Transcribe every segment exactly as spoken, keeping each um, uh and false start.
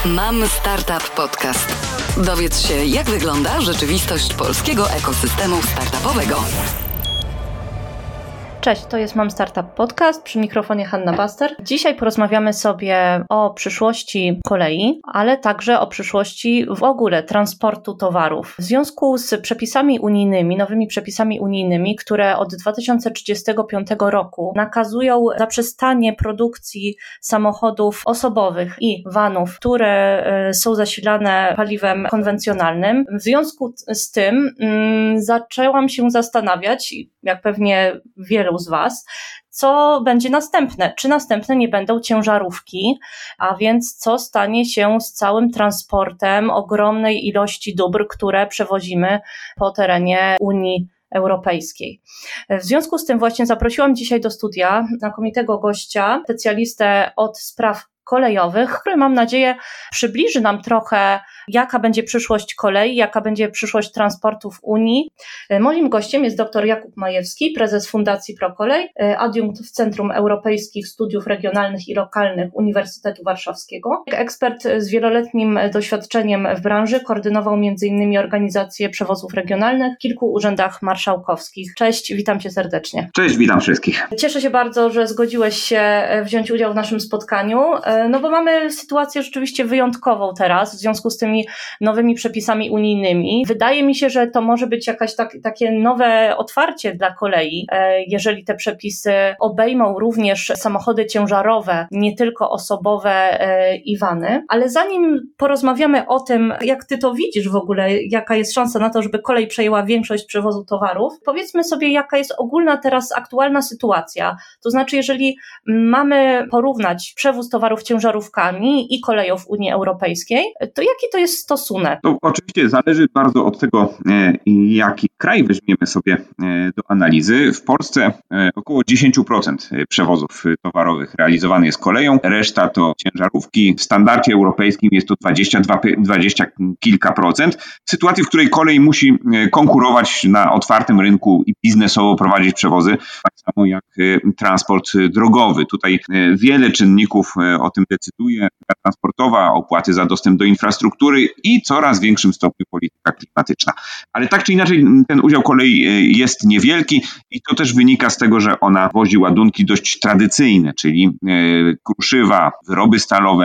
Mam Startup Podcast. Dowiedz się, jak wygląda rzeczywistość polskiego ekosystemu startupowego. Cześć, to jest Mam Startup Podcast, przy mikrofonie Hanna Baster. Dzisiaj porozmawiamy sobie o przyszłości kolei, ale także o przyszłości w ogóle transportu towarów. W związku z przepisami unijnymi, nowymi przepisami unijnymi, które od dwa tysiące trzydziestego piątego roku nakazują zaprzestanie produkcji samochodów osobowych i vanów, które są zasilane paliwem konwencjonalnym. W związku z tym mm, zaczęłam się zastanawiać, jak pewnie wielu z Was, co będzie następne. Czy następne nie będą ciężarówki, a więc co stanie się z całym transportem ogromnej ilości dóbr, które przewozimy po terenie Unii Europejskiej. W związku z tym właśnie zaprosiłam dzisiaj do studia znakomitego gościa, specjalistę od spraw kolejowych, który mam nadzieję przybliży nam trochę, jaka będzie przyszłość kolei, jaka będzie przyszłość transportu w Unii. Moim gościem jest dr Jakub Majewski, prezes Fundacji ProKolej, adiunkt w Centrum Europejskich Studiów Regionalnych i Lokalnych Uniwersytetu Warszawskiego. Ekspert z wieloletnim doświadczeniem w branży, koordynował między innymi organizację przewozów regionalnych w kilku urzędach marszałkowskich. Cześć, witam Cię serdecznie. Cześć, witam wszystkich. Cieszę się bardzo, że zgodziłeś się wziąć udział w naszym spotkaniu. No bo mamy sytuację rzeczywiście wyjątkową teraz w związku z tymi nowymi przepisami unijnymi. Wydaje mi się, że to może być jakaś tak, takie nowe otwarcie dla kolei, jeżeli te przepisy obejmą również samochody ciężarowe, nie tylko osobowe i vany. Ale zanim porozmawiamy o tym, jak Ty to widzisz w ogóle, jaka jest szansa na to, żeby kolej przejęła większość przewozu towarów, powiedzmy sobie, jaka jest ogólna teraz aktualna sytuacja. To znaczy, jeżeli mamy porównać przewóz towarów ciężarówkami i koleją w Unii Europejskiej, to jaki to jest stosunek? To oczywiście zależy bardzo od tego, jaki kraj weźmiemy sobie do analizy. W Polsce około dziesięć procent przewozów towarowych realizowanych jest koleją, reszta to ciężarówki. W standardzie europejskim jest to dwadzieścia dwa, dwadzieścia kilka procent. W sytuacji, w której kolej musi konkurować na otwartym rynku i biznesowo prowadzić przewozy, tak samo jak transport drogowy. Tutaj wiele czynników o tym decyduje, transportowa, opłaty za dostęp do infrastruktury i coraz większym stopniu polityka klimatyczna. Ale tak czy inaczej ten udział kolei jest niewielki i to też wynika z tego, że ona wozi ładunki dość tradycyjne, czyli kruszywa, wyroby stalowe,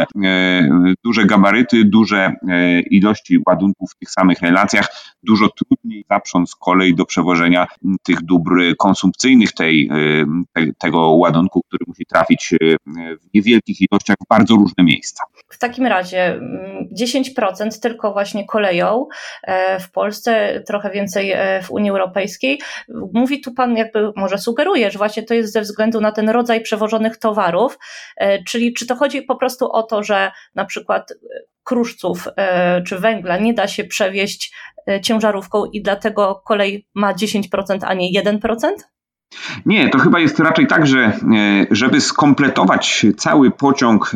duże gabaryty, duże ilości ładunków w tych samych relacjach. Dużo trudniej zaprząc kolej do przewożenia tych dóbr konsumpcyjnych, tej, te, tego ładunku, który musi trafić w niewielkich ilościach w bardzo różne miejsca. W takim razie dziesięć procent tylko właśnie koleją w Polsce, trochę więcej w Unii Europejskiej. Mówi tu Pan, jakby może sugeruje, że właśnie to jest ze względu na ten rodzaj przewożonych towarów, czyli czy to chodzi po prostu o to, że na przykład kruszców czy węgla nie da się przewieźć ciężarówką i dlatego kolej ma dziesięć procent, a nie jeden procent? Nie, to chyba jest raczej tak, że żeby skompletować cały pociąg,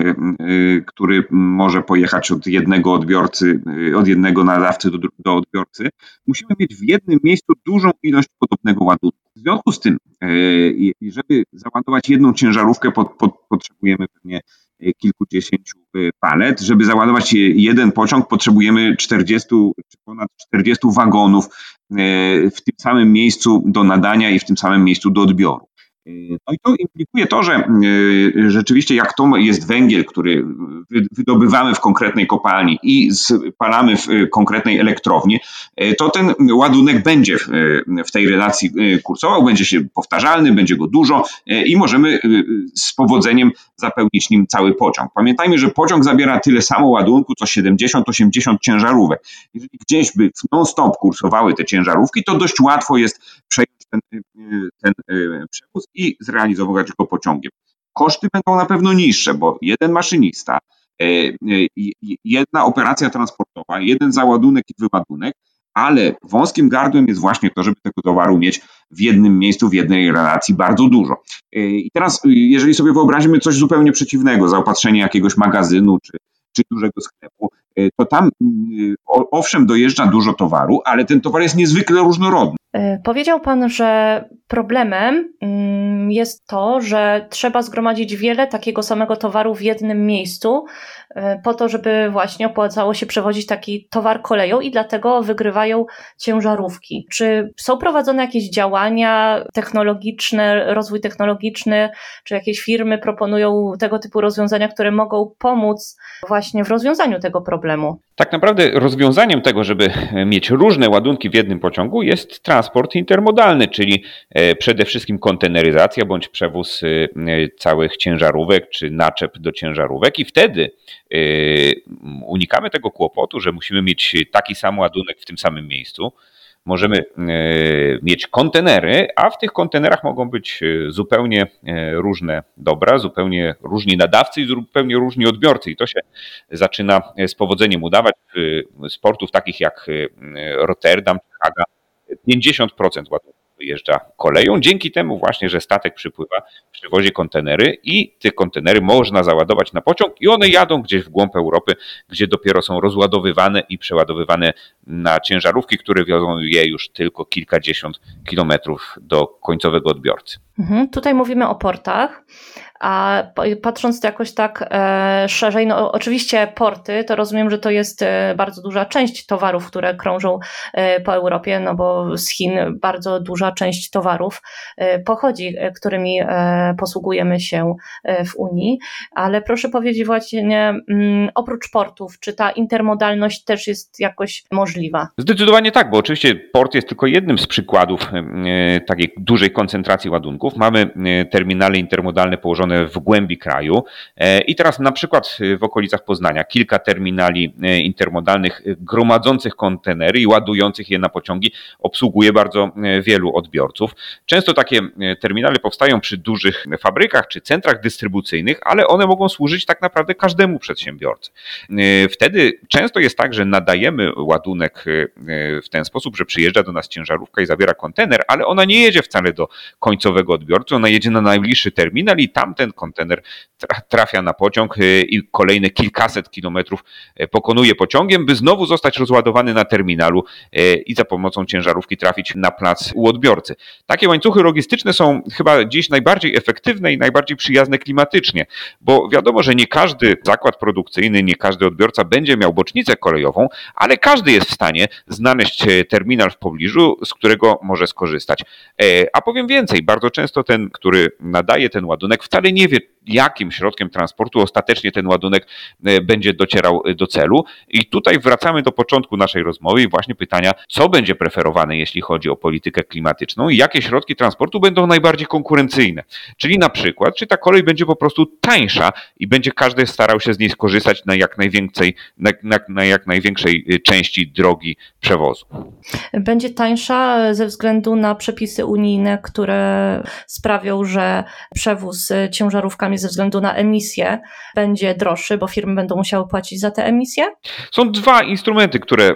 który może pojechać od jednego odbiorcy, od jednego nadawcy do, do odbiorcy, musimy mieć w jednym miejscu dużą ilość podobnego ładunku. W związku z tym, żeby załadować jedną ciężarówkę, pod, pod, potrzebujemy pewnie kilkudziesięciu palet. Żeby załadować jeden pociąg, potrzebujemy czterdziestu czy ponad czterdziestu wagonów w tym samym miejscu do nadania i w tym samym miejscu do odbioru. No i to implikuje to, że rzeczywiście jak to jest węgiel, który wydobywamy w konkretnej kopalni i spalamy w konkretnej elektrowni, to ten ładunek będzie w tej relacji kursował, będzie się powtarzalny, będzie go dużo i możemy z powodzeniem zapełnić nim cały pociąg. Pamiętajmy, że pociąg zabiera tyle samo ładunku, co siedemdziesiąt osiemdziesiąt ciężarówek. Jeżeli gdzieś by non-stop kursowały te ciężarówki, to dość łatwo jest przejąć ten, ten przewóz i zrealizować go pociągiem. Koszty będą na pewno niższe, bo jeden maszynista, jedna operacja transportowa, jeden załadunek i wyładunek, ale wąskim gardłem jest właśnie to, żeby tego towaru mieć w jednym miejscu, w jednej relacji bardzo dużo. I teraz, jeżeli sobie wyobrazimy coś zupełnie przeciwnego, zaopatrzenie jakiegoś magazynu czy czy dużego sklepu, to tam owszem dojeżdża dużo towaru, ale ten towar jest niezwykle różnorodny. Powiedział Pan, że problemem jest to, że trzeba zgromadzić wiele takiego samego towaru w jednym miejscu po to, żeby właśnie opłacało się przewozić taki towar koleją i dlatego wygrywają ciężarówki. Czy są prowadzone jakieś działania technologiczne, rozwój technologiczny, czy jakieś firmy proponują tego typu rozwiązania, które mogą pomóc właśnie w rozwiązaniu tego problemu? Tak naprawdę rozwiązaniem tego, żeby mieć różne ładunki w jednym pociągu jest transport intermodalny, czyli przede wszystkim konteneryzacja bądź przewóz całych ciężarówek czy naczep do ciężarówek i wtedy unikamy tego kłopotu, że musimy mieć taki sam ładunek w tym samym miejscu. Możemy mieć kontenery, a w tych kontenerach mogą być zupełnie różne dobra, zupełnie różni nadawcy i zupełnie różni odbiorcy. I to się zaczyna z powodzeniem udawać. Z portów takich jak Rotterdam czy Haga pięćdziesiąt procent ładunków wyjeżdża koleją. Dzięki temu właśnie, że statek przypływa, przywozi kontenery i te kontenery można załadować na pociąg i one jadą gdzieś w głąb Europy, gdzie dopiero są rozładowywane i przeładowywane na ciężarówki, które wiozą je już tylko kilkadziesiąt kilometrów do końcowego odbiorcy. Mhm, tutaj mówimy o portach, a patrząc jakoś tak e, szerzej, no oczywiście porty, to rozumiem, że to jest e, bardzo duża część towarów, które krążą e, po Europie, no bo z Chin bardzo duża część towarów e, pochodzi, e, którymi e, posługujemy się e, w Unii, ale proszę powiedzieć właśnie, m, oprócz portów, czy ta intermodalność też jest jakoś możliwa? Zdecydowanie tak, bo oczywiście port jest tylko jednym z przykładów e, takiej dużej koncentracji ładunków. Mamy e, terminale intermodalne położone w głębi kraju i teraz na przykład w okolicach Poznania kilka terminali intermodalnych gromadzących kontenery i ładujących je na pociągi obsługuje bardzo wielu odbiorców. Często takie terminale powstają przy dużych fabrykach czy centrach dystrybucyjnych, ale one mogą służyć tak naprawdę każdemu przedsiębiorcy. Wtedy często jest tak, że nadajemy ładunek w ten sposób, że przyjeżdża do nas ciężarówka i zabiera kontener, ale ona nie jedzie wcale do końcowego odbiorcy, ona jedzie na najbliższy terminal i tam ten kontener trafia na pociąg i kolejne kilkaset kilometrów pokonuje pociągiem, by znowu zostać rozładowany na terminalu i za pomocą ciężarówki trafić na plac u odbiorcy. Takie łańcuchy logistyczne są chyba dziś najbardziej efektywne i najbardziej przyjazne klimatycznie, bo wiadomo, że nie każdy zakład produkcyjny, nie każdy odbiorca będzie miał bocznicę kolejową, ale każdy jest w stanie znaleźć terminal w pobliżu, z którego może skorzystać. A powiem więcej, bardzo często ten, który nadaje ten ładunek, wcale nie wie, jakim środkiem transportu ostatecznie ten ładunek będzie docierał do celu. I tutaj wracamy do początku naszej rozmowy i właśnie pytania, co będzie preferowane, jeśli chodzi o politykę klimatyczną i jakie środki transportu będą najbardziej konkurencyjne. Czyli na przykład, czy ta kolej będzie po prostu tańsza i będzie każdy starał się z niej skorzystać na jak największej, na, na, na jak największej części drogi przewozu. Będzie tańsza ze względu na przepisy unijne, które sprawią, że przewóz ciężarówkami ze względu na emisję będzie droższy, bo firmy będą musiały płacić za te emisje? Są dwa instrumenty, które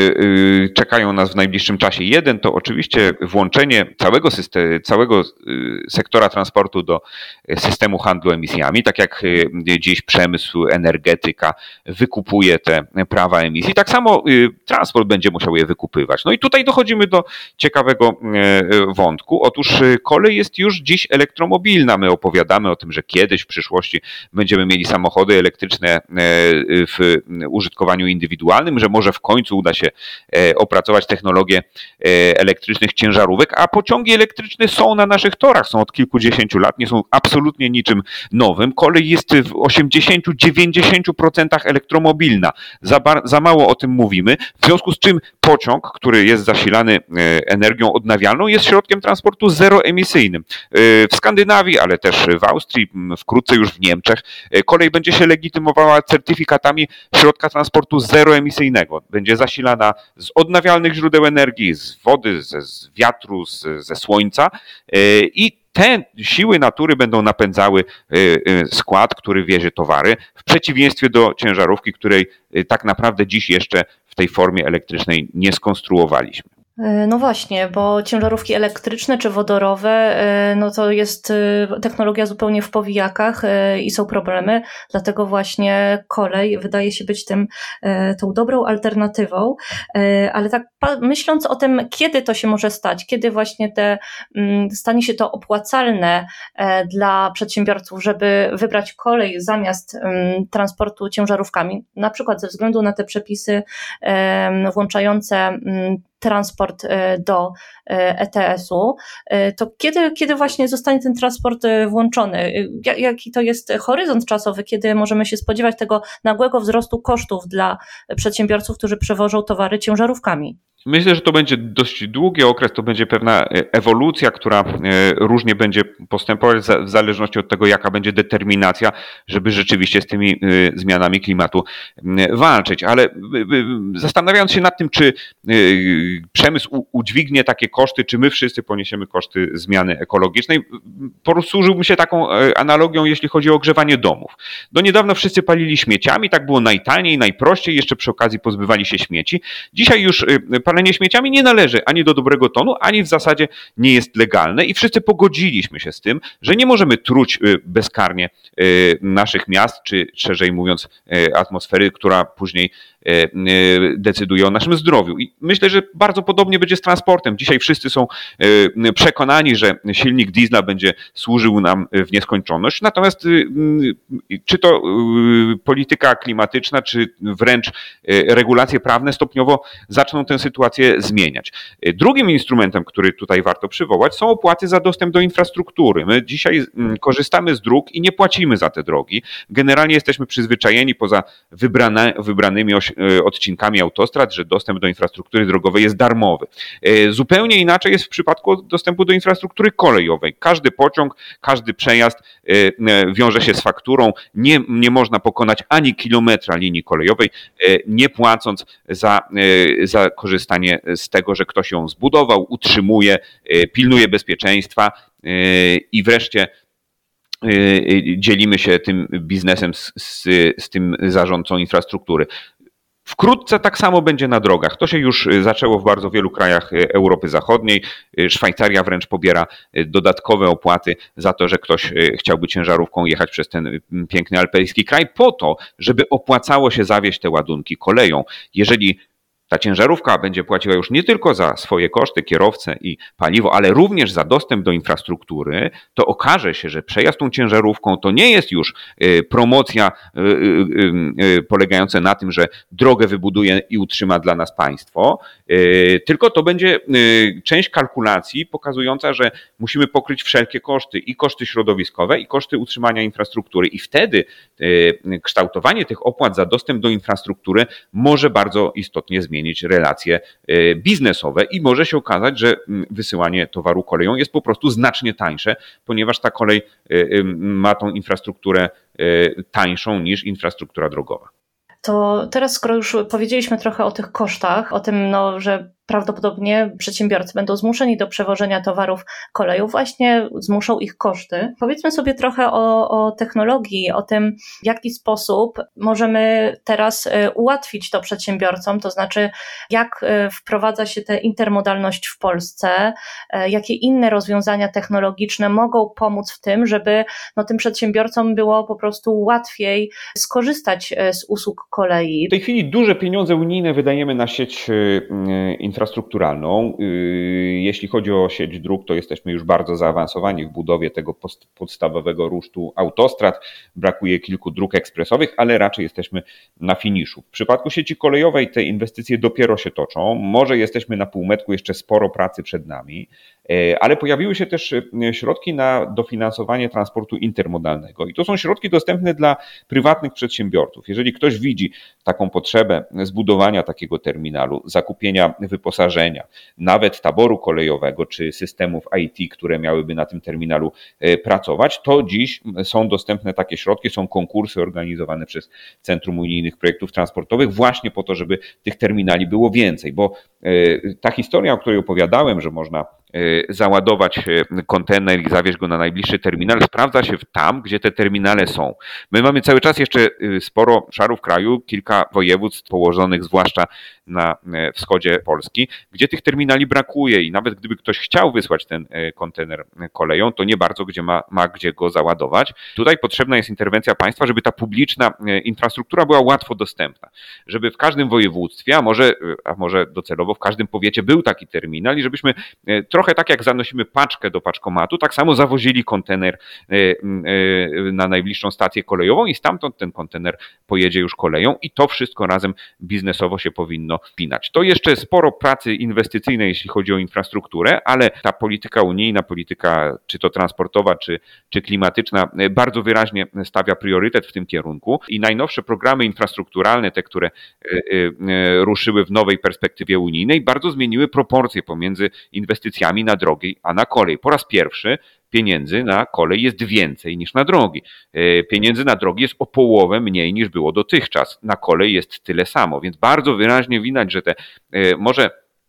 czekają nas w najbliższym czasie. Jeden to oczywiście włączenie całego, systemu, całego sektora transportu do systemu handlu emisjami, tak jak dziś przemysł, energetyka wykupuje te prawa emisji, tak samo transport będzie musiał je wykupywać. No i tutaj dochodzimy do ciekawego wątku. Otóż kolej jest już dziś elektromobilna. My opowiadamy o tym, że kiedyś w przyszłości będziemy mieli samochody elektryczne w użytkowaniu indywidualnym, że może w końcu uda się opracować technologię elektrycznych ciężarówek, a pociągi elektryczne są na naszych torach, są od kilkudziesięciu lat, nie są absolutnie niczym nowym. Kolej jest w osiemdziesiąt do dziewięćdziesięciu procent elektromobilna. Za, bar- za mało o tym mówimy, w związku z czym pociąg, który jest zasilany energią odnawialną, jest środkiem transportu zeroemisyjnym. W Skandynawii, ale też w Austrii, wkrótce już w Niemczech, kolej będzie się legitymowała certyfikatami środka transportu zeroemisyjnego. Będzie zasilana z odnawialnych źródeł energii, z wody, ze, z wiatru, z, ze słońca i te siły natury będą napędzały skład, który wiezie towary, w przeciwieństwie do ciężarówki, której tak naprawdę dziś jeszcze w tej formie elektrycznej nie skonstruowaliśmy. No właśnie, bo ciężarówki elektryczne czy wodorowe, no to jest technologia zupełnie w powijakach i są problemy, dlatego właśnie kolej wydaje się być tym, tą dobrą alternatywą, ale tak myśląc o tym, kiedy to się może stać, kiedy właśnie te, stanie się to opłacalne dla przedsiębiorców, żeby wybrać kolej zamiast transportu ciężarówkami, na przykład ze względu na te przepisy włączające transport do E T S-u, to kiedy, kiedy właśnie zostanie ten transport włączony? Jaki to jest horyzont czasowy, kiedy możemy się spodziewać tego nagłego wzrostu kosztów dla przedsiębiorców, którzy przewożą towary ciężarówkami? Myślę, że to będzie dość długi okres, to będzie pewna ewolucja, która różnie będzie postępować w zależności od tego, jaka będzie determinacja, żeby rzeczywiście z tymi zmianami klimatu walczyć. Ale zastanawiając się nad tym, czy przemysł udźwignie takie koszty, czy my wszyscy poniesiemy koszty zmiany ekologicznej, posłużyłbym się taką analogią, jeśli chodzi o ogrzewanie domów. Do niedawna wszyscy palili śmieciami, tak było najtaniej, najprościej, jeszcze przy okazji pozbywali się śmieci. Dzisiaj już palenie śmieciami nie należy ani do dobrego tonu, ani w zasadzie nie jest legalne i wszyscy pogodziliśmy się z tym, że nie możemy truć bezkarnie naszych miast, czy szerzej mówiąc atmosfery, która później decyduje o naszym zdrowiu. I myślę, że bardzo podobnie będzie z transportem. Dzisiaj wszyscy są przekonani, że silnik diesla będzie służył nam w nieskończoność. Natomiast czy to polityka klimatyczna, czy wręcz regulacje prawne stopniowo zaczną tę sytuację zmieniać. Drugim instrumentem, który tutaj warto przywołać, są opłaty za dostęp do infrastruktury. My dzisiaj korzystamy z dróg i nie płacimy za te drogi. Generalnie jesteśmy przyzwyczajeni poza wybrane, wybranymi odcinkami autostrad, że dostęp do infrastruktury drogowej jest darmowy. Zupełnie inaczej jest w przypadku dostępu do infrastruktury kolejowej. Każdy pociąg, każdy przejazd wiąże się z fakturą. Nie, nie można pokonać ani kilometra linii kolejowej, nie płacąc za, za korzystanie z tego, że ktoś ją zbudował, utrzymuje, pilnuje bezpieczeństwa i wreszcie dzielimy się tym biznesem z, z, z tym zarządcą infrastruktury. Wkrótce tak samo będzie na drogach. To się już zaczęło w bardzo wielu krajach Europy Zachodniej. Szwajcaria wręcz pobiera dodatkowe opłaty za to, że ktoś chciałby ciężarówką jechać przez ten piękny alpejski kraj po to, żeby opłacało się zawieźć te ładunki koleją. Jeżeli ta ciężarówka będzie płaciła już nie tylko za swoje koszty, kierowcę i paliwo, ale również za dostęp do infrastruktury, to okaże się, że przejazd tą ciężarówką to nie jest już promocja polegająca na tym, że drogę wybuduje i utrzyma dla nas państwo, tylko to będzie część kalkulacji pokazująca, że musimy pokryć wszelkie koszty, i koszty środowiskowe, i koszty utrzymania infrastruktury. I wtedy kształtowanie tych opłat za dostęp do infrastruktury może bardzo istotnie zmienić relacje biznesowe i może się okazać, że wysyłanie towaru koleją jest po prostu znacznie tańsze, ponieważ ta kolej ma tą infrastrukturę tańszą niż infrastruktura drogowa. To teraz, skoro już powiedzieliśmy trochę o tych kosztach, o tym, no, że prawdopodobnie przedsiębiorcy będą zmuszeni do przewożenia towarów koleją, właśnie zmuszą ich koszty. Powiedzmy sobie trochę o, o technologii, o tym, w jaki sposób możemy teraz ułatwić to przedsiębiorcom, to znaczy jak wprowadza się tę intermodalność w Polsce, jakie inne rozwiązania technologiczne mogą pomóc w tym, żeby no, tym przedsiębiorcom było po prostu łatwiej skorzystać z usług kolei. W tej chwili duże pieniądze unijne wydajemy na sieć infrastrukturalną. Jeśli chodzi o sieć dróg, to jesteśmy już bardzo zaawansowani w budowie tego podstawowego rusztu autostrad. Brakuje kilku dróg ekspresowych, ale raczej jesteśmy na finiszu. W przypadku sieci kolejowej te inwestycje dopiero się toczą. Może jesteśmy na półmetku, jeszcze sporo pracy przed nami, ale pojawiły się też środki na dofinansowanie transportu intermodalnego i to są środki dostępne dla prywatnych przedsiębiorców. Jeżeli ktoś widzi taką potrzebę zbudowania takiego terminalu, zakupienia wyposażenia, nawet taboru kolejowego czy systemów I T, które miałyby na tym terminalu pracować, to dziś są dostępne takie środki, są konkursy organizowane przez Centrum Unijnych Projektów Transportowych właśnie po to, żeby tych terminali było więcej, bo ta historia, o której opowiadałem, że można załadować kontener i zawieźć go na najbliższy terminal, sprawdza się tam, gdzie te terminale są. My mamy cały czas jeszcze sporo obszarów kraju, kilka województw położonych zwłaszcza na wschodzie Polski, gdzie tych terminali brakuje i nawet gdyby ktoś chciał wysłać ten kontener koleją, to nie bardzo gdzie ma, ma gdzie go załadować. Tutaj potrzebna jest interwencja państwa, żeby ta publiczna infrastruktura była łatwo dostępna, żeby w każdym województwie, a może, a może docelowo w każdym powiecie był taki terminal i żebyśmy trochę tak jak zanosimy paczkę do paczkomatu, tak samo zawozili kontener na najbliższą stację kolejową i stamtąd ten kontener pojedzie już koleją i to wszystko razem biznesowo się powinno wpinać. To jeszcze sporo pracy inwestycyjnej, jeśli chodzi o infrastrukturę, ale ta polityka unijna, polityka czy to transportowa, czy, czy klimatyczna bardzo wyraźnie stawia priorytet w tym kierunku i najnowsze programy infrastrukturalne, te, które ruszyły w nowej perspektywie unijnej, bardzo zmieniły proporcje pomiędzy inwestycjami na drogi, a na kolej. Po raz pierwszy pieniędzy na kolej jest więcej niż na drogi. Pieniędzy na drogi jest o połowę mniej niż było dotychczas. Na kolej jest tyle samo, więc bardzo wyraźnie widać, że te może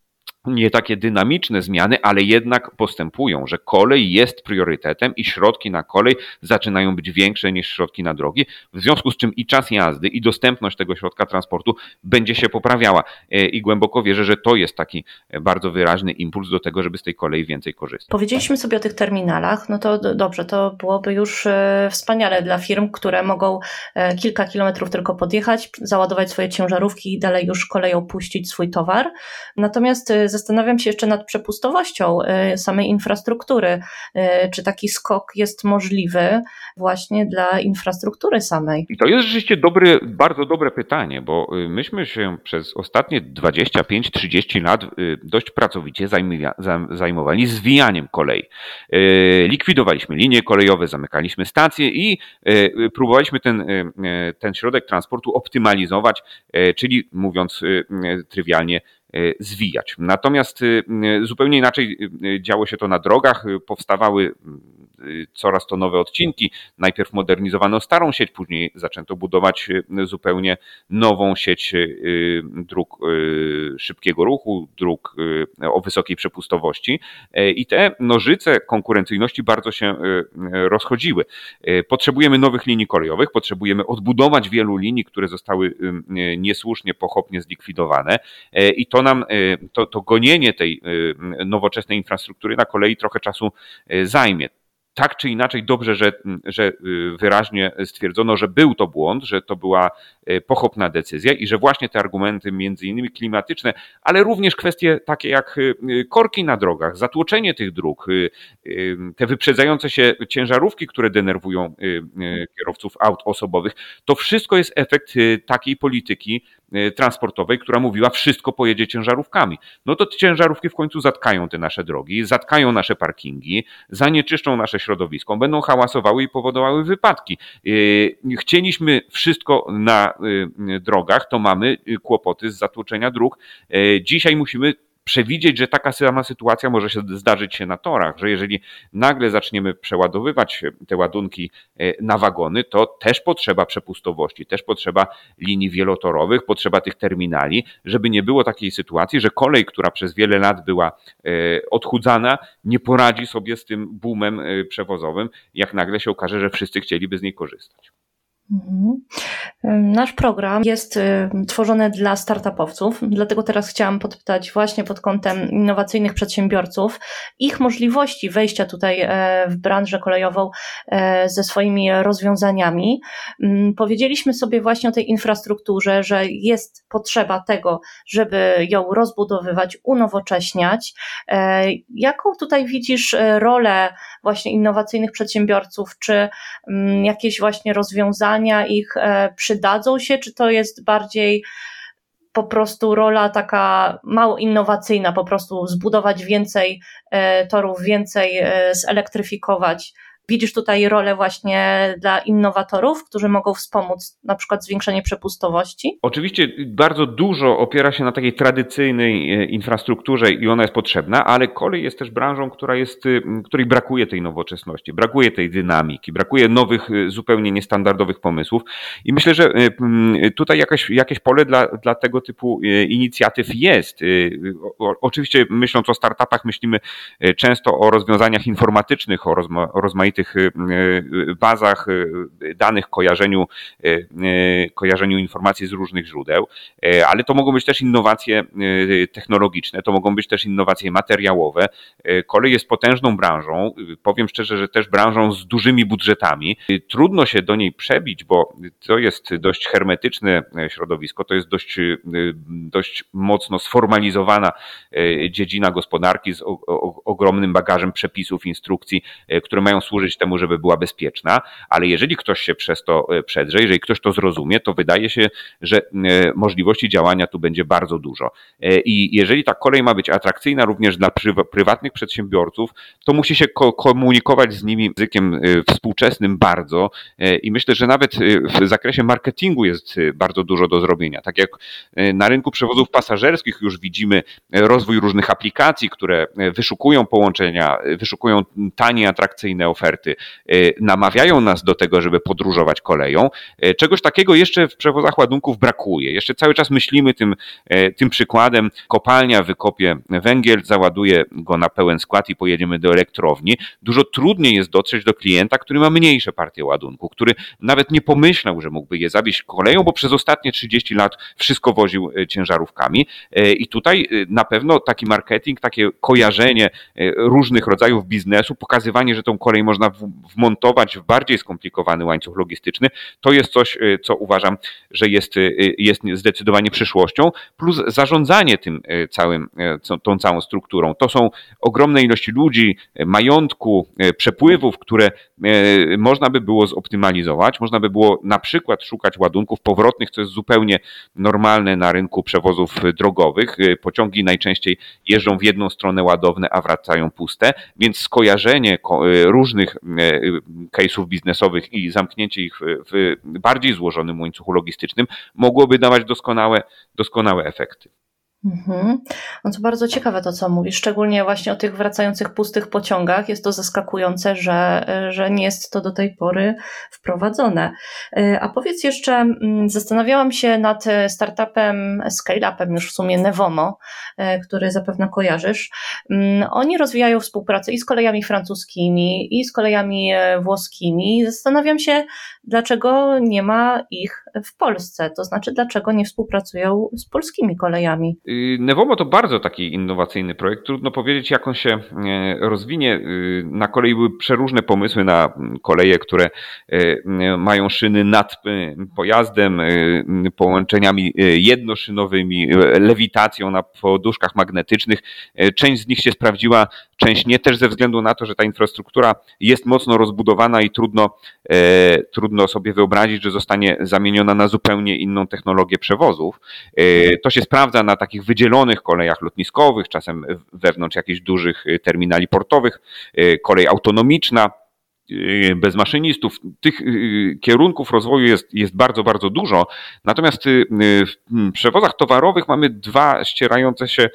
nie takie dynamiczne zmiany, ale jednak postępują, że kolej jest priorytetem i środki na kolej zaczynają być większe niż środki na drogi, w związku z czym i czas jazdy, i dostępność tego środka transportu będzie się poprawiała i głęboko wierzę, że to jest taki bardzo wyraźny impuls do tego, żeby z tej kolei więcej korzystać. Powiedzieliśmy sobie o tych terminalach, no to dobrze, to byłoby już wspaniale dla firm, które mogą kilka kilometrów tylko podjechać, załadować swoje ciężarówki i dalej już koleją puścić swój towar. Natomiast zastanawiam się jeszcze nad przepustowością samej infrastruktury. Czy taki skok jest możliwy właśnie dla infrastruktury samej? I to jest rzeczywiście dobry, bardzo dobre pytanie, bo myśmy się przez ostatnie dwadzieścia pięć trzydzieści lat dość pracowicie zajmowali zwijaniem kolei. Likwidowaliśmy linie kolejowe, zamykaliśmy stacje i próbowaliśmy ten, ten środek transportu optymalizować, czyli mówiąc trywialnie, zwijać. Natomiast zupełnie inaczej działo się to na drogach, powstawały coraz to nowe odcinki. Najpierw modernizowano starą sieć, później zaczęto budować zupełnie nową sieć dróg szybkiego ruchu, dróg o wysokiej przepustowości i te nożyce konkurencyjności bardzo się rozchodziły. Potrzebujemy nowych linii kolejowych, potrzebujemy odbudować wielu linii, które zostały niesłusznie, pochopnie zlikwidowane i to nam, to, to gonienie tej nowoczesnej infrastruktury na kolei trochę czasu zajmie. Tak czy inaczej dobrze, że, że wyraźnie stwierdzono, że był to błąd, że to była pochopna decyzja i że właśnie te argumenty między innymi klimatyczne, ale również kwestie takie jak korki na drogach, zatłoczenie tych dróg, te wyprzedzające się ciężarówki, które denerwują kierowców aut osobowych, to wszystko jest efekt takiej polityki transportowej, która mówiła, wszystko pojedzie ciężarówkami. No to te ciężarówki w końcu zatkają te nasze drogi, zatkają nasze parkingi, zanieczyszczą nasze środowisko, będą hałasowały i powodowały wypadki. Chcieliśmy wszystko na drogach, to mamy kłopoty z zatłoczenia dróg. Dzisiaj musimy przewidzieć, że taka sama sytuacja może się zdarzyć się na torach, że jeżeli nagle zaczniemy przeładowywać te ładunki na wagony, to też potrzeba przepustowości, też potrzeba linii wielotorowych, potrzeba tych terminali, żeby nie było takiej sytuacji, że kolej, która przez wiele lat była odchudzana, nie poradzi sobie z tym boomem przewozowym, jak nagle się okaże, że wszyscy chcieliby z niej korzystać. Nasz program jest tworzony dla startupowców, dlatego teraz chciałam podpytać właśnie pod kątem innowacyjnych przedsiębiorców, ich możliwości wejścia tutaj w branżę kolejową ze swoimi rozwiązaniami. Powiedzieliśmy sobie właśnie o tej infrastrukturze, że jest potrzeba tego, żeby ją rozbudowywać, unowocześniać. Jaką tutaj widzisz rolę właśnie innowacyjnych przedsiębiorców, czy jakieś właśnie rozwiązania ich przydadzą się, czy to jest bardziej po prostu rola taka mało innowacyjna, po prostu zbudować więcej torów, więcej zelektryfikować Widzisz tutaj rolę właśnie dla innowatorów, którzy mogą wspomóc na przykład zwiększenie przepustowości? Oczywiście bardzo dużo opiera się na takiej tradycyjnej infrastrukturze i ona jest potrzebna, ale kolej jest też branżą, która jest, której brakuje tej nowoczesności, brakuje tej dynamiki, brakuje nowych, zupełnie niestandardowych pomysłów i myślę, że tutaj jakieś, jakieś pole dla, dla tego typu inicjatyw jest. O, oczywiście myśląc o startupach myślimy często o rozwiązaniach informatycznych, o, rozma, o rozmaitych bazach danych, kojarzeniu, kojarzeniu informacji z różnych źródeł, ale to mogą być też innowacje technologiczne, to mogą być też innowacje materiałowe. Kolej jest potężną branżą, powiem szczerze, że też branżą z dużymi budżetami. Trudno się do niej przebić, bo to jest dość hermetyczne środowisko, to jest dość, dość mocno sformalizowana dziedzina gospodarki z o, o, ogromnym bagażem przepisów, instrukcji, które mają służyć temu, żeby była bezpieczna, ale jeżeli ktoś się przez to przedrze, jeżeli ktoś to zrozumie, to wydaje się, że możliwości działania tu będzie bardzo dużo. I jeżeli ta kolej ma być atrakcyjna również dla prywatnych przedsiębiorców, to musi się ko- komunikować z nimi językiem współczesnym bardzo i myślę, że nawet w zakresie marketingu jest bardzo dużo do zrobienia. Tak jak na rynku przewozów pasażerskich już widzimy rozwój różnych aplikacji, które wyszukują połączenia, wyszukują tanie, atrakcyjne oferty, namawiają nas do tego, żeby podróżować koleją. Czegoś takiego jeszcze w przewozach ładunków brakuje. Jeszcze cały czas myślimy tym, tym przykładem. Kopalnia wykopie węgiel, załaduje go na pełen skład i pojedziemy do elektrowni. Dużo trudniej jest dotrzeć do klienta, który ma mniejsze partie ładunku, który nawet nie pomyślał, że mógłby je zawieźć koleją, bo przez ostatnie trzydzieści lat wszystko woził ciężarówkami. I tutaj na pewno taki marketing, takie kojarzenie różnych rodzajów biznesu, pokazywanie, że tą kolej można wmontować w bardziej skomplikowany łańcuch logistyczny, to jest coś, co uważam, że jest, jest zdecydowanie przyszłością, plus zarządzanie tym całym, tą całą strukturą. To są ogromne ilości ludzi, majątku, przepływów, które można by było zoptymalizować, można by było na przykład szukać ładunków powrotnych, co jest zupełnie normalne na rynku przewozów drogowych. Pociągi najczęściej jeżdżą w jedną stronę ładowne, a wracają puste, więc skojarzenie różnych case'ów biznesowych i zamknięcie ich w bardziej złożonym łańcuchu logistycznym mogłoby dawać doskonałe, doskonałe efekty. Mhm. No to bardzo ciekawe to, co mówisz, szczególnie właśnie o tych wracających pustych pociągach. Jest to zaskakujące, że, że nie jest to do tej pory wprowadzone. A powiedz jeszcze, zastanawiałam się nad startupem, scale-upem już w sumie Nevomo, który zapewne kojarzysz. Oni rozwijają współpracę i z kolejami francuskimi, i z kolejami włoskimi. Zastanawiam się, dlaczego nie ma ich w Polsce, to znaczy dlaczego nie współpracują z polskimi kolejami. Nevomo to bardzo taki innowacyjny projekt. Trudno powiedzieć, jak on się rozwinie. Na kolei były przeróżne pomysły na koleje, które mają szyny nad pojazdem, połączeniami jednoszynowymi, lewitacją na poduszkach magnetycznych. Część z nich się sprawdziła, część nie, też ze względu na to, że ta infrastruktura jest mocno rozbudowana i trudno, trudno sobie wyobrazić, że zostanie zamieniona na zupełnie inną technologię przewozów. To się sprawdza na takich wydzielonych kolejach lotniskowych, czasem wewnątrz jakichś dużych terminali portowych, kolej autonomiczna, bez maszynistów. Tych kierunków rozwoju jest, jest bardzo, bardzo dużo. Natomiast w przewozach towarowych mamy dwa ścierające się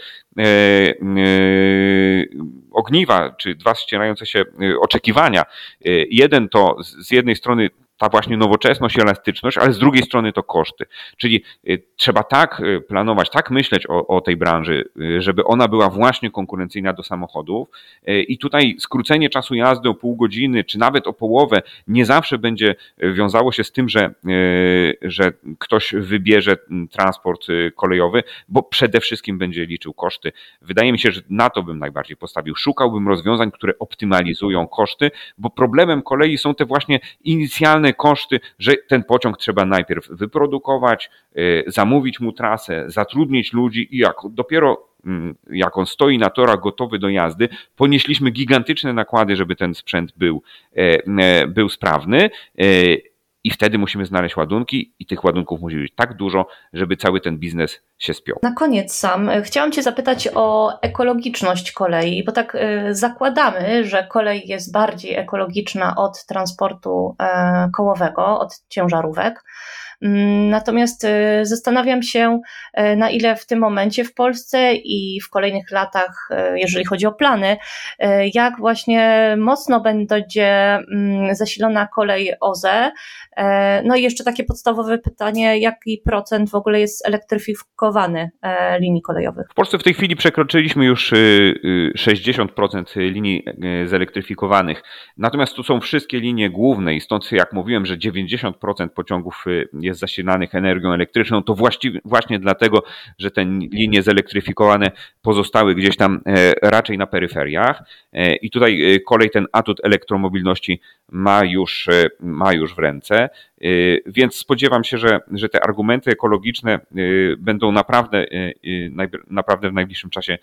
ogniwa, czy dwa ścierające się oczekiwania. Jeden to z jednej strony ta właśnie nowoczesność i elastyczność, ale z drugiej strony to koszty. Czyli trzeba tak planować, tak myśleć o, o tej branży, żeby ona była właśnie konkurencyjna do samochodów i tutaj skrócenie czasu jazdy o pół godziny, czy nawet o połowę nie zawsze będzie wiązało się z tym, że, że ktoś wybierze transport kolejowy, bo przede wszystkim będzie liczył koszty. Wydaje mi się, że na to bym najbardziej postawił. Szukałbym rozwiązań, które optymalizują koszty, bo problemem kolei są te właśnie inicjalne koszty, że ten pociąg trzeba najpierw wyprodukować, zamówić mu trasę, zatrudnić ludzi i jak dopiero jak on stoi na torach gotowy do jazdy, ponieśliśmy gigantyczne nakłady, żeby ten sprzęt był, był sprawny. i wtedy musimy znaleźć ładunki i tych ładunków musi być tak dużo, żeby cały ten biznes się spiął. Na koniec sam chciałam Cię zapytać o ekologiczność kolei, bo tak zakładamy, że kolej jest bardziej ekologiczna od transportu kołowego, od ciężarówek. Natomiast zastanawiam się, na ile w tym momencie w Polsce i w kolejnych latach, jeżeli chodzi o plany, jak właśnie mocno będzie zasilona kolej O Z E. No i jeszcze takie podstawowe pytanie, jaki procent w ogóle jest elektryfikowany linii kolejowych? W Polsce w tej chwili przekroczyliśmy już sześćdziesiąt procent linii zelektryfikowanych. Natomiast tu są wszystkie linie główne i stąd, jak mówiłem, że dziewięćdziesiąt procent pociągów jest zasilanych energią elektryczną, to właściwie, właśnie dlatego, że te linie zelektryfikowane pozostały gdzieś tam raczej na peryferiach i tutaj kolej ten atut elektromobilności ma już, ma już w ręce, więc spodziewam się, że, że te argumenty ekologiczne będą naprawdę, naprawdę w najbliższym czasie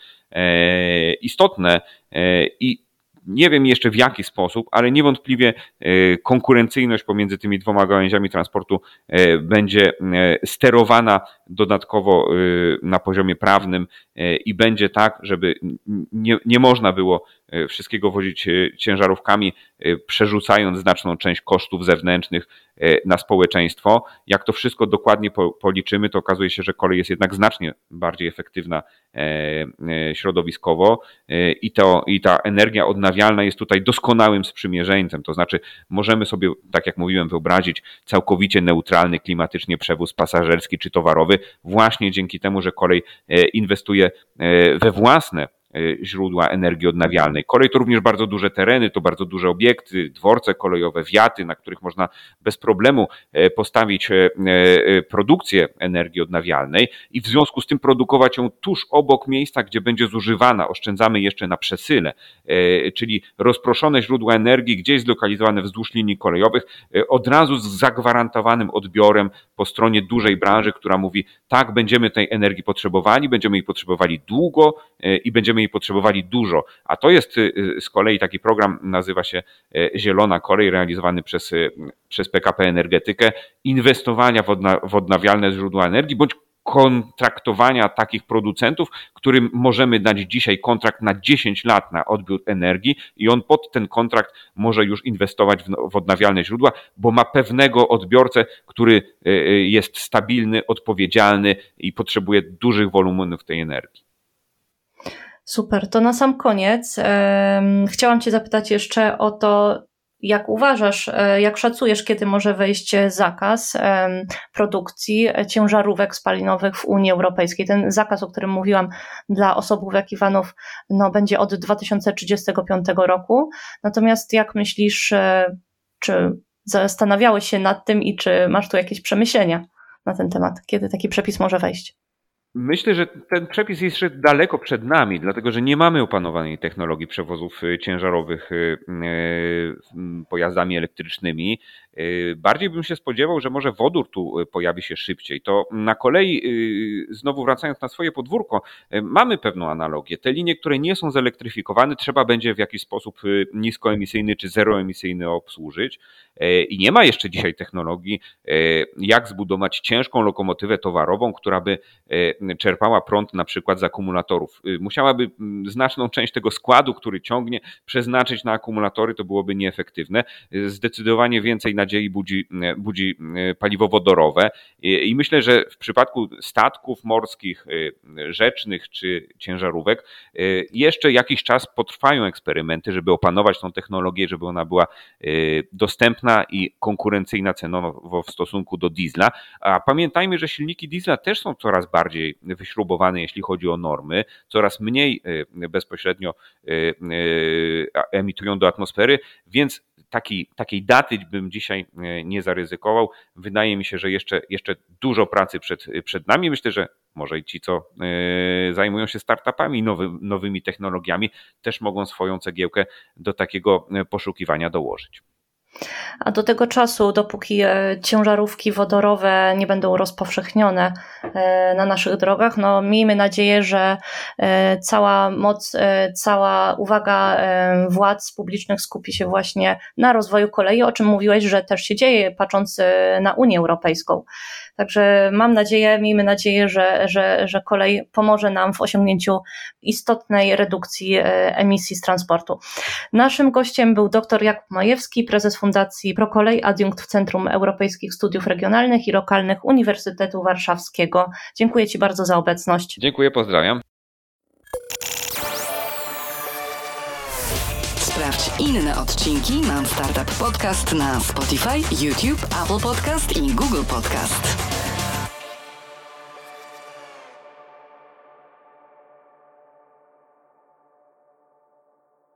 istotne i nie wiem jeszcze w jaki sposób, ale niewątpliwie konkurencyjność pomiędzy tymi dwoma gałęziami transportu będzie sterowana dodatkowo na poziomie prawnym i będzie tak, żeby nie, nie można było wszystkiego wozić ciężarówkami, przerzucając znaczną część kosztów zewnętrznych na społeczeństwo. Jak to wszystko dokładnie policzymy, to okazuje się, że kolej jest jednak znacznie bardziej efektywna środowiskowo i, to, i ta energia odnawialna jest tutaj doskonałym sprzymierzeńcem. To znaczy możemy sobie, tak jak mówiłem, wyobrazić całkowicie neutralny klimatycznie przewóz pasażerski czy towarowy właśnie dzięki temu, że kolej inwestuje we własne źródła energii odnawialnej. Kolej to również bardzo duże tereny, to bardzo duże obiekty, dworce kolejowe, wiaty, na których można bez problemu postawić produkcję energii odnawialnej i w związku z tym produkować ją tuż obok miejsca, gdzie będzie zużywana. Oszczędzamy jeszcze na przesyle, czyli rozproszone źródła energii gdzieś zlokalizowane wzdłuż linii kolejowych, od razu z zagwarantowanym odbiorem po stronie dużej branży, która mówi, tak, będziemy tej energii potrzebowali, będziemy jej potrzebowali długo i będziemy jej potrzebowali dużo. A to jest z kolei taki program, nazywa się Zielona Kolej, realizowany przez, przez P K P Energetykę, inwestowania w, odna, w odnawialne źródła energii, bądź kontraktowania takich producentów, którym możemy dać dzisiaj kontrakt na dziesięć lat na odbiór energii i on pod ten kontrakt może już inwestować w, w odnawialne źródła, bo ma pewnego odbiorcę, który jest stabilny, odpowiedzialny i potrzebuje dużych wolumenów tej energii. Super, to na sam koniec um, chciałam Cię zapytać jeszcze o to, jak uważasz, jak szacujesz, kiedy może wejść zakaz um, produkcji ciężarówek spalinowych w Unii Europejskiej. Ten zakaz, o którym mówiłam, dla osobówek i vanów, no, będzie od dwa tysiące trzydziestego piątego roku. Natomiast jak myślisz, czy zastanawiałeś się nad tym i czy masz tu jakieś przemyślenia na ten temat, kiedy taki przepis może wejść? Myślę, że ten przepis jest jeszcze daleko przed nami, dlatego że nie mamy opanowanej technologii przewozów ciężarowych pojazdami elektrycznymi. Bardziej bym się spodziewał, że może wodór tu pojawi się szybciej. To na kolei, znowu wracając na swoje podwórko, mamy pewną analogię. Te linie, które nie są zelektryfikowane, trzeba będzie w jakiś sposób niskoemisyjny czy zeroemisyjny obsłużyć. I nie ma jeszcze dzisiaj technologii, jak zbudować ciężką lokomotywę towarową, która by czerpała prąd na przykład z akumulatorów. Musiałaby znaczną część tego składu, który ciągnie, przeznaczyć na akumulatory, to byłoby nieefektywne. Zdecydowanie więcej nadziei budzi, budzi paliwo wodorowe i myślę, że w przypadku statków morskich, rzecznych czy ciężarówek jeszcze jakiś czas potrwają eksperymenty, żeby opanować tą technologię, żeby ona była dostępna i konkurencyjna cenowo w stosunku do diesla. A pamiętajmy, że silniki diesla też są coraz bardziej wyśrubowane, jeśli chodzi o normy, coraz mniej bezpośrednio emitują do atmosfery, więc takiej, takiej daty bym dzisiaj nie zaryzykował. Wydaje mi się, że jeszcze, jeszcze dużo pracy przed, przed nami. Myślę, że może i ci, co zajmują się startupami, nowy, nowymi technologiami, też mogą swoją cegiełkę do takiego poszukiwania dołożyć. A do tego czasu, dopóki ciężarówki wodorowe nie będą rozpowszechnione na naszych drogach, no miejmy nadzieję, że cała moc, cała uwaga władz publicznych skupi się właśnie na rozwoju kolei, o czym mówiłeś, że też się dzieje, patrząc na Unię Europejską. Także mam nadzieję, miejmy nadzieję, że, że, że kolej pomoże nam w osiągnięciu istotnej redukcji emisji z transportu. Naszym gościem był dr Jakub Majewski, prezes Fundacji ProKolej, adiunkt w Centrum Europejskich Studiów Regionalnych i Lokalnych Uniwersytetu Warszawskiego. Dziękuję Ci bardzo za obecność. Dziękuję, pozdrawiam. Sprawdź inne odcinki Mam Startup Podcast na Spotify, YouTube, Apple Podcast i Google Podcast.